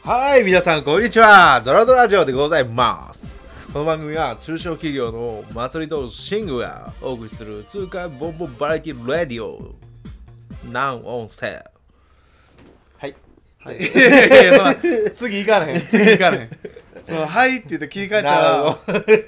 はい、皆さんこんにちは。ドラドラジオでございます。この番組は中小企業の祭りとシングがお送りする通貨ボンボンバラエティラディオナンオンセール。はいはい、次行かれへんそのはいって言って切り替えたら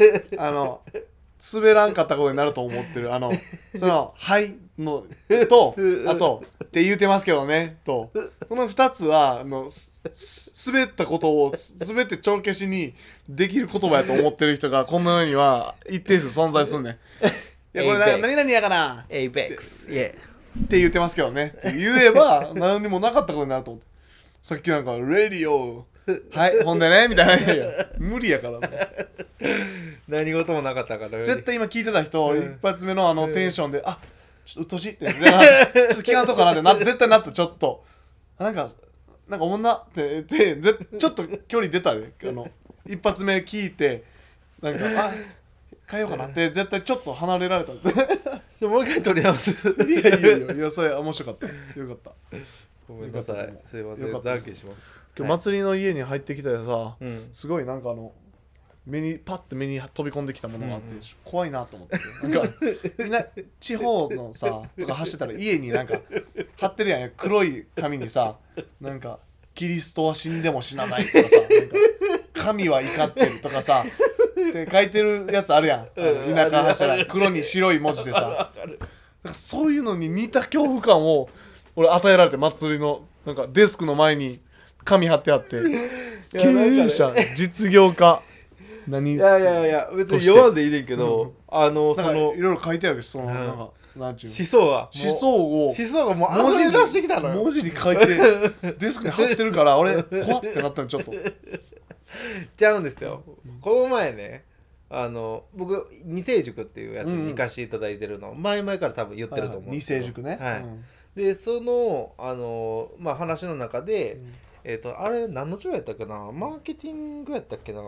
滑らんかったことになると思ってるそのはいのとあとって言うてますけどねとこの2つは滑ったことを滑って帳消しにできる言葉やと思ってる人がこの世には一定数存在するねいやこれ何々やかなエイベックスって言ってますけどねって言えば何にもなかったことになると思ってさっきなんかレディオはいほんでねみたいな無理やからね何事もなかったから絶対今聞いてた人、一発目のテンションでちょっとうっとうしいってちょっと気がとかなって絶対なったちょっとなんかおもんなってちょっと距離出たで一発目聞いてなんか変えようかなって絶対ちょっと離れられたってもう一回撮り直す。 いやそれ面白かったよかったごめんなさい、すいません、懺悔します。 今日祭りの家に入ってきたらさ、すごいなんか目に飛び込んできたものがあって、怖いなと思ってなんかみんな地方のさとか走ってたら家になんか貼ってるやん黒い紙にさなんかキリストは死んでも死なないとかさなんか神は怒ってるとかさって書いてるやつあるやん田舎走ったら黒に白い文字でさなんかそういうのに似た恐怖感を俺与えられて祭りのなんかデスクの前に紙貼ってあって経営者実業家いや別に読まんでいいねんけど、 そのいろいろ書いてあるしそのなんかなんちゅう思想がもう文字に出してきたのよ文字に書いてデスクに貼ってるから俺怖ってなったのちょっとちゃうんですよ。この前ね僕二成塾っていうやつに行かせていただいてるの、前々から多分言ってると思うんですけど、 二成塾ね、 はいでその話の中で、あれ何の授業やったっけな、マーケティングやったっけな、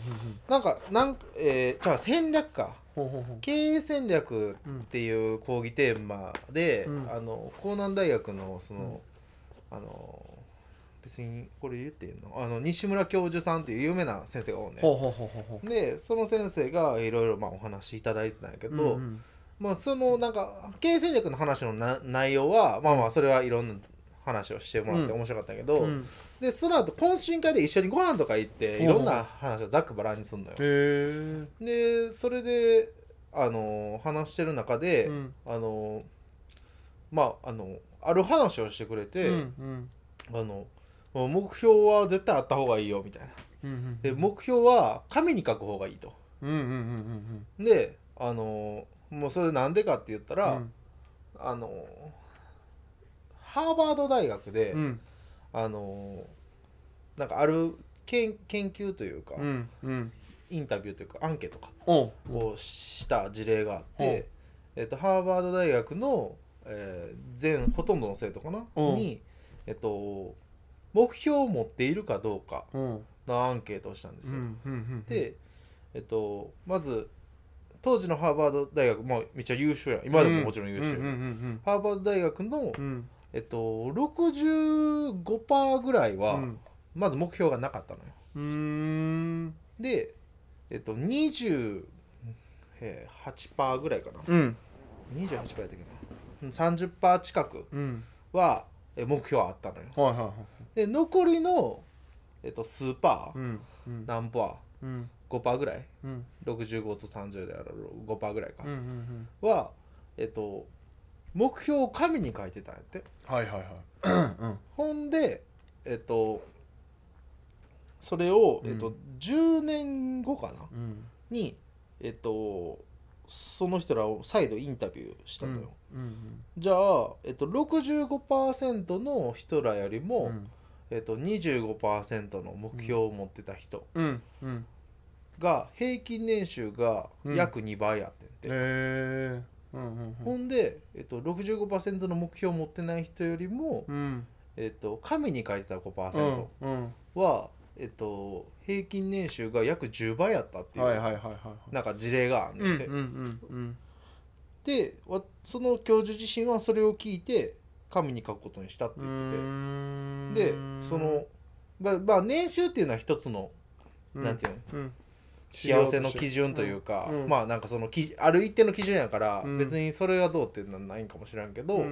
じゃあ戦略か、経営戦略っていう講義テーマで、江南大学のその、別にこれ言っていいの、西村教授さんっていう有名な先生がおんねん。でその先生がいろいろお話いただいてたんやけど、そのなんか経営戦略の話の内容はそれはいろんな話をしてもらって面白かったんやけど、でその後懇親会で一緒にご飯とか行っていろんな話をざっくばらんにすんのよ。でそれで話してる中で、ある話をしてくれて、目標は絶対あった方がいいよみたいな、で目標は紙に書く方がいいと、でもうそれなんでかって言ったら、ハーバード大学で、なんかある研究というか、インタビューというかアンケートかをした事例があって、ハーバード大学の、ほとんどの生徒かなに、目標を持っているかどうかのアンケートをしたんですよ。で、まず当時のハーバード大学、めっちゃ優秀や、今でももちろん優秀や、ハーバード大学の、65% ぐらいは、まず目標がなかったのよ。で、28% ぐらいかな、28% やったっけな、30% 近くは、目標あったのよ。で残りの、数パー、何パー、5% ぐらい、65と30である5% ぐらいか、は目標を紙に書いてたんやって。ほんでそれを、10年後かな、にその人らを再度インタビューしたのよ。じゃあ、65% の人らよりも、25% の目標を持ってた人が平均年収が約2倍あってんて。ほんで、65% の目標を持ってない人よりも、紙に書いてた 5% は、平均年収が約10倍あったっていうなんか事例があんねんて。でその教授自身はそれを聞いて紙に書くことにしたって言ってて、でまあ年収っていうのは一つの、なんていうの、幸せの基準というか、まあなんかそのある一定の基準やから、別にそれがどうっていうのはないんかもしれんけど、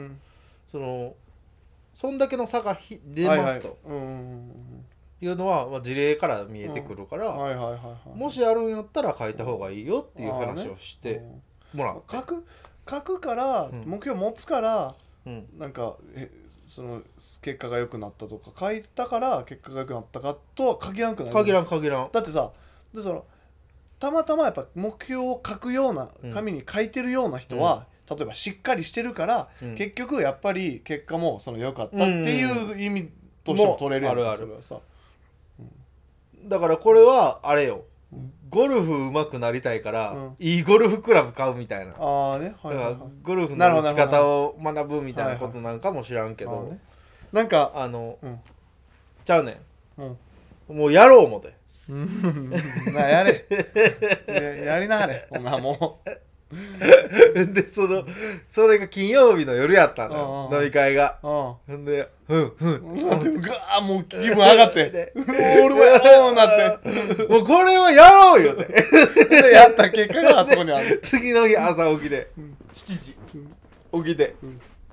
そんだけの差が出ますというのは、まあ、事例から見えてくるから、もしあるんやったら書いた方がいいよっていう話をしてもらう。 書くから目標持つから、なんかその結果が良くなったとか書いたから結果が良くなったかとは限らんくない？ 限らん。 だってさ、そのたまたまやっぱ目標を書くような紙に書いてるような人は、例えばしっかりしてるから、結局やっぱり結果もその良かったっていう意味としても取れるやん。 あるそれはさ、だからこれはあれよ、ゴルフ上手くなりたいから、いいゴルフクラブ買うみたいな。だからゴルフの打ち方を学ぶみたいなことなんかもしらんけど、 なんかちゃうねん、もうやろう思てやれやりなはれ、ほんなもうでそれが金曜日の夜やったのよ、飲み会が。ほんでガーもう気分上がって俺もやろうなってもうこれはやろうよってやった結果があそこにある。 次の日朝起きて7時起きて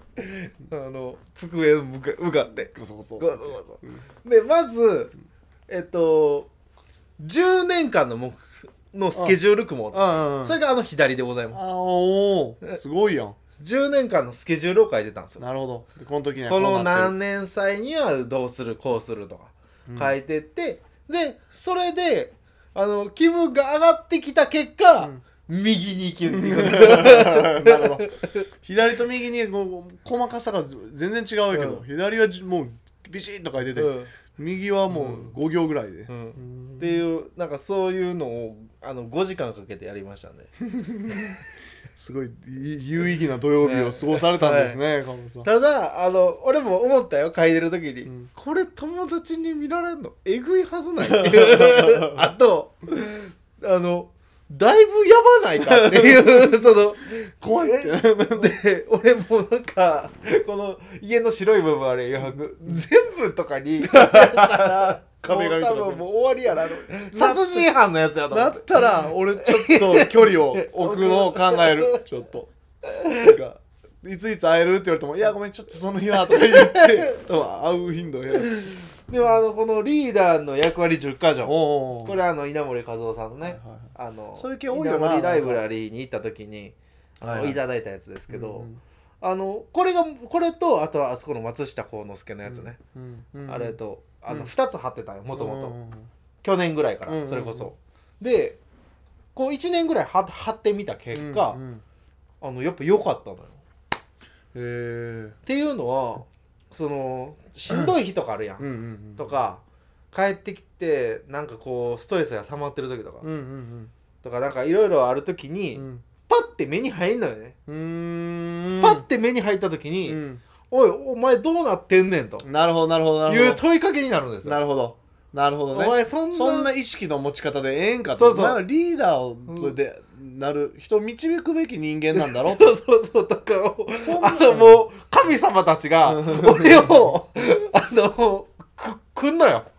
机に向かってでまず10年間のスケジュール組もうと。それが左でございます。 おお、すごいやん。 10年間のスケジュールを書いてたんですよ。 なるほど。この時にはこの何年祭にはどうするこうするとか書いてって、でそれで気分が上がってきた結果、右に行けるっていうなるほど。左と右に細かさが全然違うけど、左はもうビシッと書いてて、右はもう5行ぐらいで、 っていうなんかそういうのを5時間かけてやりましたんで。 すごい有意義な土曜日を過ごされたんですね、カモさん。 ただ俺も思ったよ、書いてる時に、これ友達に見られるのえぐいはずないっていうあとだいぶやばないかっていう怖いってで俺もなんかこの家の白い部分あれ余白全部とかに壁紙とか多分もう終わりやな、殺人犯のやつやと思って。 だったら俺ちょっと距離を置くのを考える。ちょっとなんかいついつ会えるって言われても、いやごめんちょっとその日はとか言って会う頻度を減らす。 でもこのリーダーの役割10箇条、これ稲森和夫さんのね、 そういう系多いよな。 稲森ライブラリーに行った時にいただいたやつですけど、これとあとはあそこの松下幸之助のやつね、あれと2つ貼ってたよ、もともと去年ぐらいから。それこそでこう1年ぐらい貼ってみた結果、やっぱ良かったのよ。っていうのはしんどい日とかあるやんとか、帰ってきてなんかこうストレスが溜まってる時とかとかなんかいろいろある時にパッて目に入んのよね。パッて目に入った時に「おいお前どうなってんねん」という問いかけになるんですよ。 なるほどなるほどね。お前そんな意識の持ち方でええんかと。お前はリーダーでなる人を導くべき人間なんだろ。 そうとかもう神様たちが俺を来んのよ。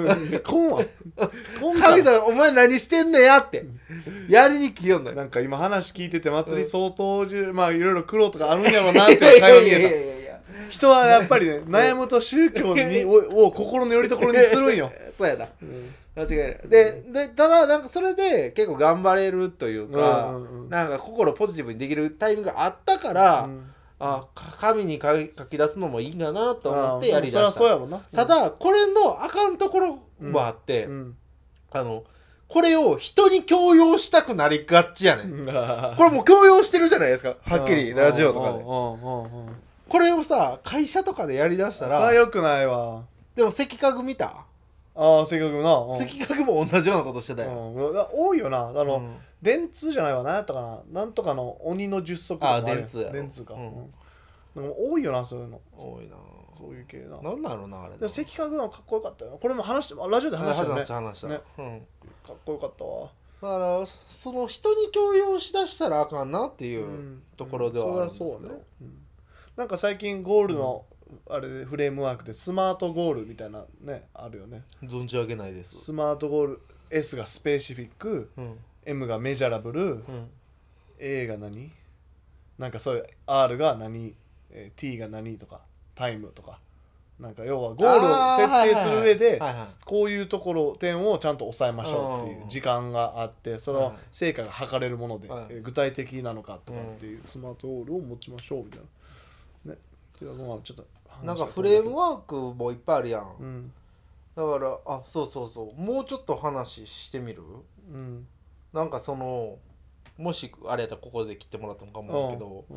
神様お前何してんねやってやりに来よんのよ。 なんか今話聞いてて祭り相当まあいろいろ苦労とかあるんやろうなって会話見えた。人はやっぱりね悩むと宗教を心の拠り所にするんよ。 そうやな、間違いない。でただなんかそれで結構頑張れるというか、なんか心ポジティブにできるタイミングがあったから、紙に書き出すのもいいんだなと思ってやりだした。 そうやろな。 ただこれのあかんところもあって、これを人に強要したくなりがちやねん。これもう強要してるじゃないですか、はっきりラジオとかで。これをさ会社とかでやりだしたらさあよくないわ。 でも関家具見た？ 関家具な。 関家具も同じようなことしてたよ。 多いよな。電通じゃないわ。何やったかな、なんとかの鬼の10足とか。 電通か。多いよなそういうの。 多いなそういう系な。 なんだろうなあれ。 でも関家具はかっこよかったよ。これもラジオで話したね。 かっこよかったわ。 だからその人に強要しだしたらあかんなっていうところではあるんですけど、 なんか最近ゴールのあれフレームワークでスマートゴールみたいなねあるよね。 存じ上げないです。 スマートゴール S がスペシフィック、M がメジャラブル、A が何なんかそういう R が何、T が何とかタイムとかなんか要はゴールを設定する上でこういうところ点をちゃんと抑えましょうっていう時間があってその成果が測れるもので具体的なのかとかっていうスマートゴールを持ちましょうみたいなねっていうのはちょっとなんかフレームワークもいっぱいあるやん、だからそうもうちょっと話してみる、なんかそのもしあれやったらここで切ってもらってもかもだけど、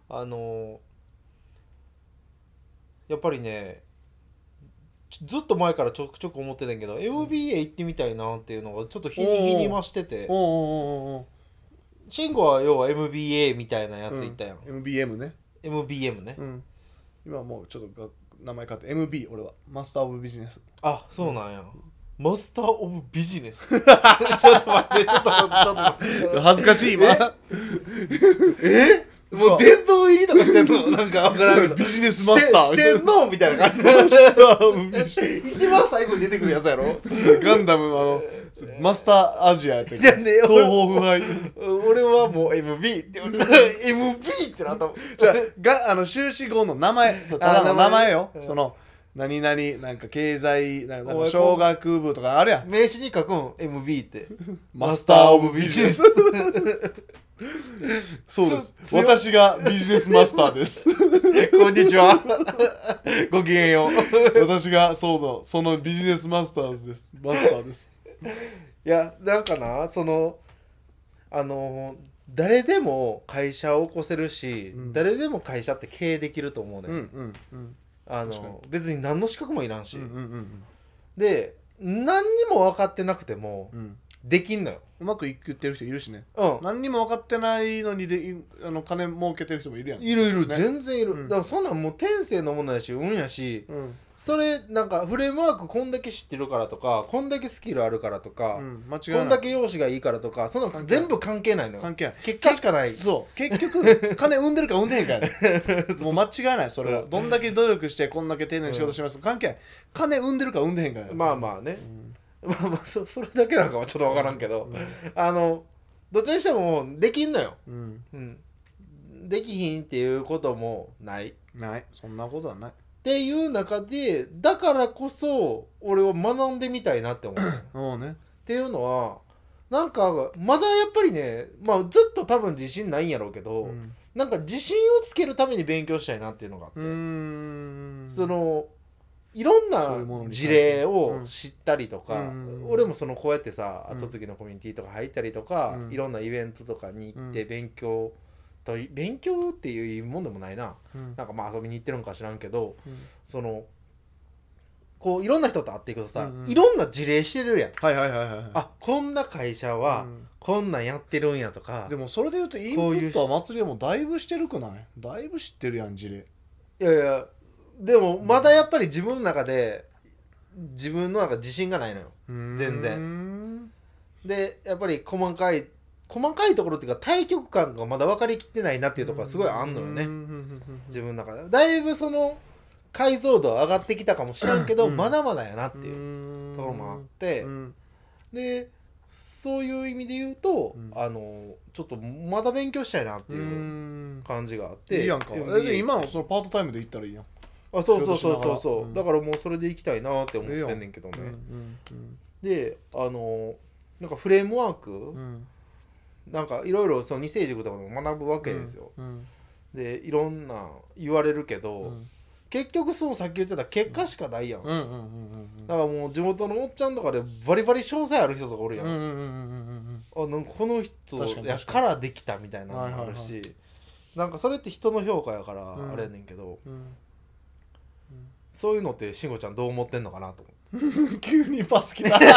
やっぱりねずっと前からちょくちょく思ってたんけど、MBA 行ってみたいなっていうのがちょっと日に増してて、慎吾は要は MBA みたいなやつ行ったやん、 MBM ね MBM ね、 今もうちょっと名前変わって MB 俺はマスターオブビジネス。 あ、そうなんや、マスターオブビジネスちょっと待ってちょっと待って恥ずかしい今もう殿堂入りとかしてんのなんか分からんけどビジネスマスターしてんのみたいな感じ一番最後に出てくるやつやろガンダムマスターアジアやってる東方腐敗俺はもう MB って言われたら MB ってなったもんじゃあ修士号の名前ただの名前よその何々なんか経済なんか小学部とかあるやん名刺に書くん MB ってマスターオブビジネスそうです私がビジネスマスターですこんにちはごきげんよう私がそのビジネスマスターですいやなんかなその誰でも会社を起こせるし、誰でも会社って経営できると思うね、別に何の資格もいらんし、で何にも分かってなくても、できんのよ。 うまくいってる人いるしね、何にも分かってないのに金儲けてる人もいるやん。 いる、ね、全然いる、だからそんなんもう天性のものやし運やし、それなんかフレームワークこんだけ知ってるからとかこんだけスキルあるからとか、こんだけ容姿がいいからとかそんな全部関係ないのよ。 関係ない、 結果しかない。 そう結局金生んでるか生んでへんかやねもう間違いないそれは。どんだけ努力してこんだけ丁寧に仕事します、関係ない。金生んでるか生んでへんかや。 まあね、まあそれだけなんかはちょっと分からんけど、どっちにしてもできんのよ、できひんっていうこともないそんなことはないっていう中で、だからこそ俺は学んでみたいなって思うね。 っていうのはなんかまだやっぱりね、ずっと多分自信ないんやろうけど、なんか自信をつけるために勉強したいなっていうのがあって、そのいろんな事例を知ったりとか、俺もこうやってさ後継ぎのコミュニティとか入ったりとか、いろんなイベントとかに行って勉強っていうもんでもないな、なんか遊びに行ってるんか知らんけど、こういろんな人と会っていくとさ、いろんな事例してるやん。あ、こんな会社はこんなんやってるんやとか。 でもそれで言うとインプットは祭りはもうだいぶしてるくない？だいぶ知ってるやん事例。 いやでもまだやっぱり自分の中で自分の自信がないのよ、全然。でやっぱり細かいところっていうか対極感がまだ分かりきってないなっていうところがすごいあんのよね、自分の中で。だいぶ解像度は上がってきたかもしれんけど、まだまだやなっていうところもあって、でそういう意味で言うと、ちょっとまだ勉強したいなっていう感じがあって。 いいやんか。今のパートタイムで行ったらいいやん。 そうだからもうそれで行きたいなって思ってんねんけどね。でなんかフレームワーク、なんかいろいろ二成塾とかでも学ぶわけですよ、でいろんな言われるけど、結局さっき言ってた結果しかないやん。だからもう地元のおっちゃんとかでバリバリ詳細ある人とかおるやん。なんかこの人やからできたみたいなのもあるし、なんかそれって人の評価やからあれやねんけど、そういうのって慎吾ちゃんどう思ってんのかなと思って。 急にパス来た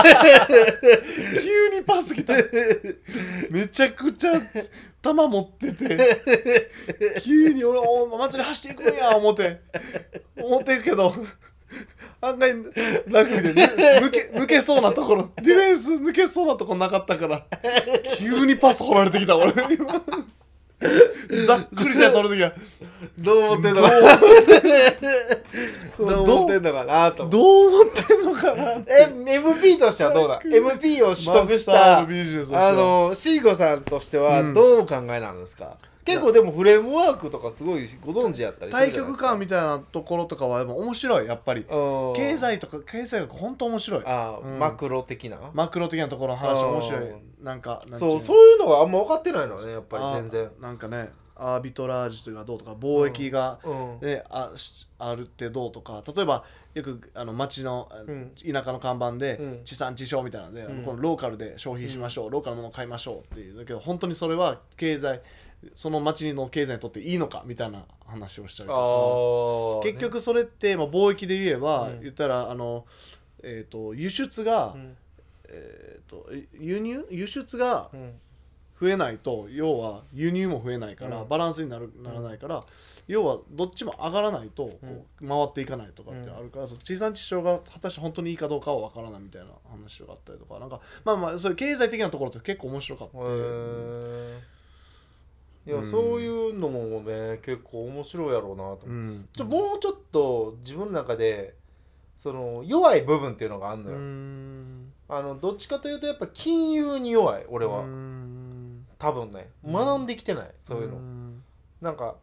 めちゃくちゃ球持ってて急に俺祭り走っていくんや思ってるけど案外ラグビーで、抜けそうなところディフェンス抜けそうなところなかったから急にパス掘られてきた俺ざっくりしたその時はどう思ってんのかどう思ってんのかなと。 どう思ってんのかな。 MP としてはどうだ。 MP を取得したシーゴさんとしてはどうお考えなんですか。結構でもフレームワークとかすごいご存知やったりするじゃないですか。 対極感みたいなところとかはでも面白いやっぱり。経済学本当面白い。 マクロ的なところの話面白い。なんかそういうのがあんま分かってないのねやっぱり全然。 なんかねアービトラージとかどうとか貿易が、ねあるってどうとか、例えばよく町の田舎の看板で地産地消みたいなので、このローカルで消費しましょう、ローカルのものを買いましょうっていうだけど、本当にそれはその町の経済にとっていいのかみたいな話をしたりとか、結局それって、貿易で言えば、言ったら輸出が、輸出が増えないと要は輸入も増えないから、バランスにならないから、要はどっちも上がらないとこう回っていかないとかってあるから、地産地消が果たして本当にいいかどうかは分からないみたいな話があったりとか、なんかそういう経済的なところって結構面白かった。 いや、そういうのもね結構面白いやろうなと思って、もうちょっと自分の中でその弱い部分っていうのがあるのよ。どっちかというとやっぱ金融に弱い俺は。多分ね学んできてない、そういうの。なんか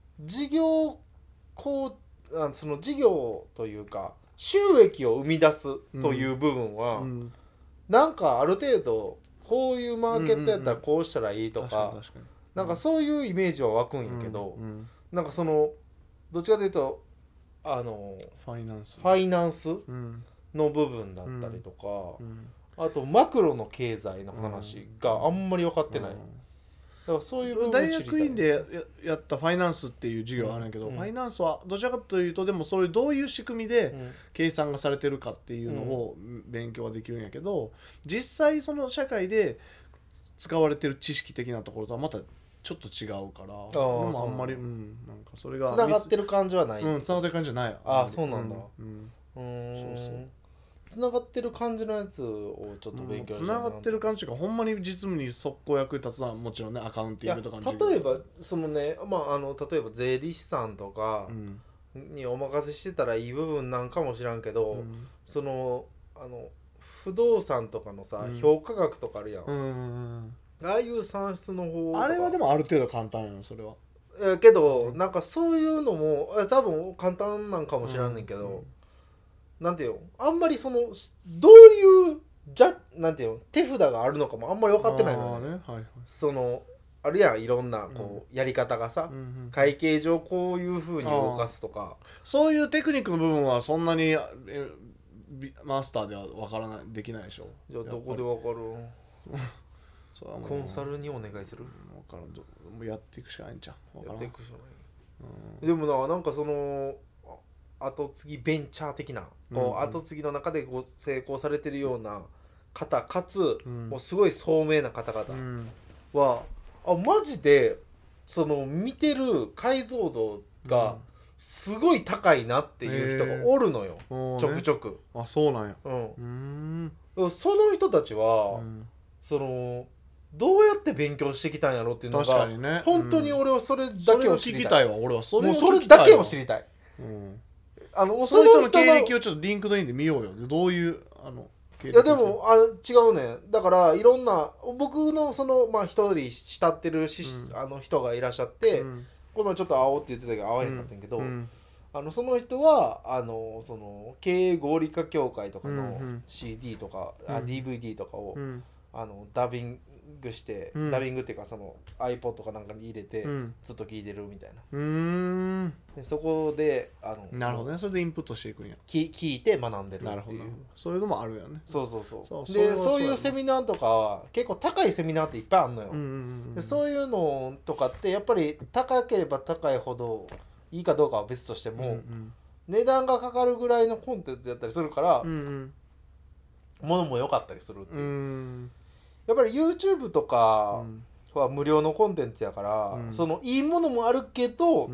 その事業というか収益を生み出すという部分は、なんかある程度こういうマーケットやったらこうしたらいいとか、なんかそういうイメージは湧くんやけど、なんかそのどっちかというとファイナンスの部分だったりとか、あとマクロの経済の話があんまり分かってない。だからそういう部分大学院でやったファイナンスっていう授業あるんやけど、ファイナンスはどちらかというとでもそれどういう仕組みで計算がされてるかっていうのを勉強はできるんやけど、実際その社会で使われてる知識的なところとはまたちょっと違うから、でもあんまりなんかそれがつながってる感じはない。 つながってる感じじゃない。 そうなんだ。つながってる感じのやつをちょっと勉強して、 つながってる感じがほんまに実務に即効役に立つのはもちろんね、アカウンティングとかの例えばそのね、例えば税理士さんとかにお任せしてたらいい部分なんかもしらんけど、その不動産とかのさ、評価額とかあるやん、ああいう算出の方あれはでもある程度簡単やんそれは。 けどなんかそういうのも多分簡単なんかもしらんねんけど、なんていうの、あんまりそのどういうなんていうの手札があるのかもあんまり分かってないのね。そのあるやんいろんなこうやり方がさ、会計上こういう風に動かすとか、 そういうテクニックの部分はそんなにマスターでは分からないできないでしょ。 じゃあどこで分かるコンサルにお願いする。 分からん、もうやっていくしかないんちゃう。 やっていくしかない。でもなんかその後継ぎベンチャー的な、後継ぎの中で成功されてるような方かつ、もうすごい聡明な方々は、マジでその見てる解像度がすごい高いなっていう人がおるのよ、ちょくちょく。 あ、そうなんや。 その人たちは、そのどうやって勉強してきたんやろっていうのが、本当に俺はそれだけを知りたい。 俺はそれだけを知りたい。 その人の経歴をちょっとリンクドインで見ようよ。どういう経歴。いやでも違うね。だからいろんな僕のその一人慕ってる人がいらっしゃって、この前ちょっと会おうって言ってたけど会わへんかったんやけど、その人はその経営合理化協会とかの CD とかDVD とかをダビングして、ダビングっていうかその iPod かなんかに入れてずっと聞いてるみたいな。でそこでなるほどね、それでインプットしていくんや。 聞いて学んでるっていう。 そういうのもあるよね。 そうでそういうセミナーとかは結構高いセミナーっていっぱいあるのよ。でそういうのとかってやっぱり高ければ高いほどいいかどうかは別としても、値段がかかるぐらいのコンテンツやったりするから、物も良かったりするっていう。やっぱり YouTube とかは無料のコンテンツやから、そのいいものもあるけど、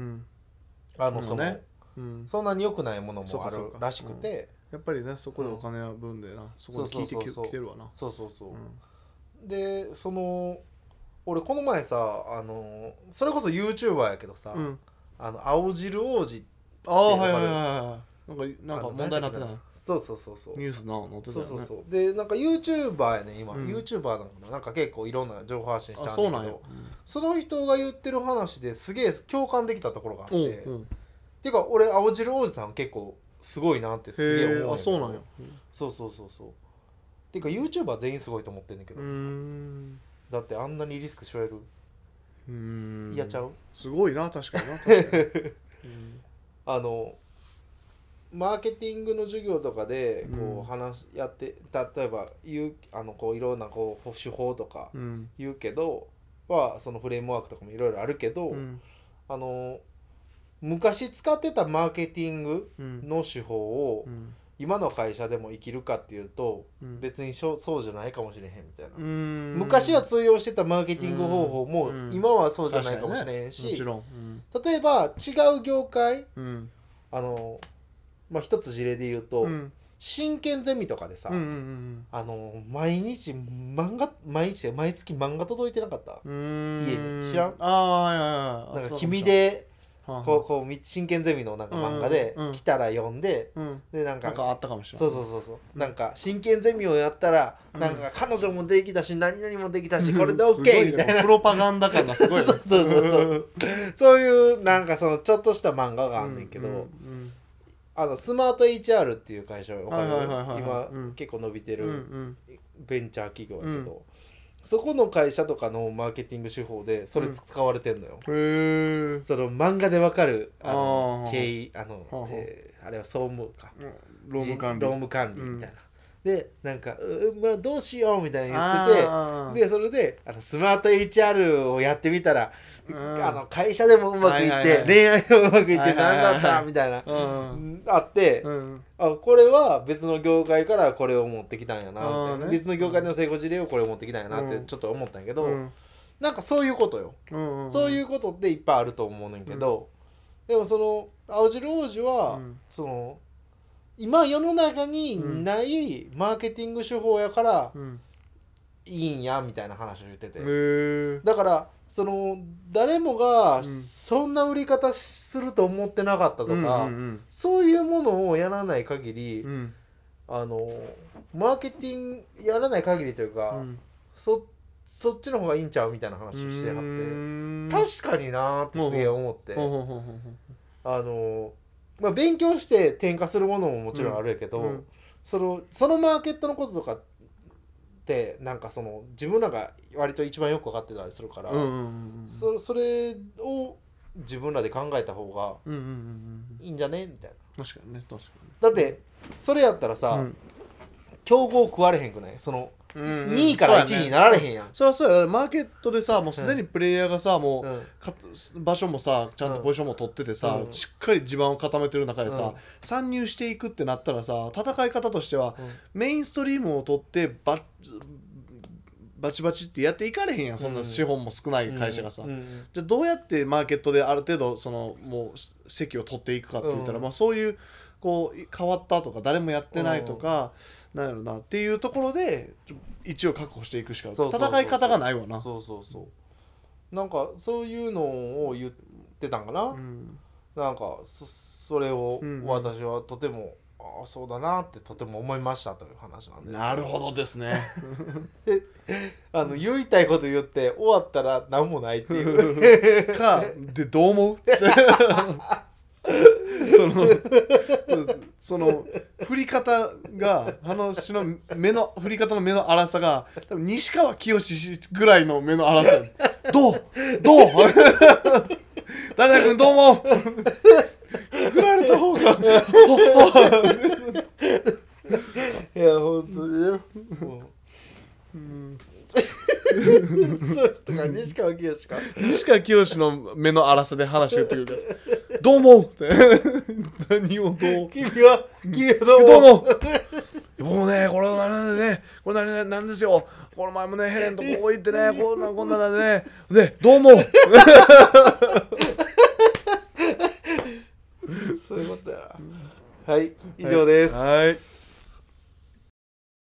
そんなに良くないものもあるらしくて、 やっぱりねそこでお金は分でな、そこで聞いてきてるわな。 でその俺この前さそれこそ YouTuber やけどさ、青汁王子ってはいはいはいなんか問題になってたな。 そうそうそうそう、 ニュースの載ってたよね。 そうそうそうでなんか YouTuber やね今、YouTuber なのかな、なんか結構いろんな情報発信しちゃうんだけど、その人が言ってる話ですげえ共感できたところがあって、っていうか俺青汁王子さん結構すごいなってすげえ思う。 あ、そうなんや。 そうそうそうそう。っていうか YouTuber 全員すごいと思ってんねんけど、だってあんなにリスクしょえる、やっちゃう。 すごいな、確かにな。確かにマーケティングの授業とかでこうやって例えばこういろんなこう手法とか言うけど、そのフレームワークとかもいろいろあるけど、昔使ってたマーケティングの手法を今の会社でも生きるかっていうと、別にそうじゃないかもしれへんみたいな。昔は通用してたマーケティング方法も今はそうじゃないかもしれへんし、例えば違う業界、一つ事例で言うと、真剣ゼミとかでさ、毎月漫画届いてなかった？家に知らん？なんか君でこう真剣ゼミのなんか漫画で来たら読んで、でなんかあったかもしれない。 そうなんか真剣ゼミをやったらなんか彼女もできたし何々もできたしこれで OK みたいなプロパガンダ感がすごい。 そういうなんかそのちょっとした漫画があんねんけど、スマート HR っていう会社今結構伸びてるベンチャー企業やけど、そこの会社とかのマーケティング手法でそれ使われてんのよ。その漫画でわかる経緯あれは総務か、 労務管理みたいな。でなんかどうしようみたいな言ってて、でそれでスマート HR をやってみたら会社でもうまくいって恋愛でもうまくいって何だったみたいなあって、これは別の業界からこれを持ってきたんやなみたいな、別の業界の成功事例をこれを持ってきたんやなってちょっと思ったんやけど、なんかそういうことよ。そういうことっていっぱいあると思うねんけど、でもその青汁王子はその今世の中にないマーケティング手法やからいいんやみたいな話を言ってて、だからその誰もがそんな売り方すると思ってなかったとか、そういうものをやらない限り、マーケティングやらない限りというか、そっちの方がいいんちゃうみたいな話をしてはって、確かになーってすげえ思って、勉強して転化するものももちろんあるけど、そのマーケットのこととかってなんかその自分らが割と一番よく分かってたりするから、それを自分らで考えた方がいいんじゃねみたいな。 確かにね、確かに。 だってそれやったらさ、競合食われへんくない？その2位から1位になられへんやん。 そりゃそうや。マーケットでさ、もうすでにプレイヤーがさ、もう場所もさ、ちゃんとポジションも取っててさ、しっかり地盤を固めてる中でさ、参入していくってなったらさ、戦い方としてはメインストリームを取ってバチバチってやっていかれへんやん。そんな資本も少ない会社がさ、じゃあどうやってマーケットである程度そのもう席を取っていくかって言ったら、まあそういうこう変わったとか誰もやってないとか、なんやろなっていうところで一応確保していくしか戦い方がないわな。 なんかそういうのを言ってたんかな、なんかそれを私はとてもそうだなってとても思いましたという話なんです。 なるほどですね。 言いたいこと言って終わったら何もないっていうかでどう思うその振り方が話の目の振り方の目の粗さが多分西川きよしぐらいの目の粗さ。どう誰だ君どう思う振られた方がいや本当によ。そうとか西川きよしの目の粗さで話言ってくるからどう思うって何をどう君はどう思うもうねこれなんですよ。この前もねヘレンとここ行ってねこんなんでねでどう思うそういうことや。はい以上です。 はい。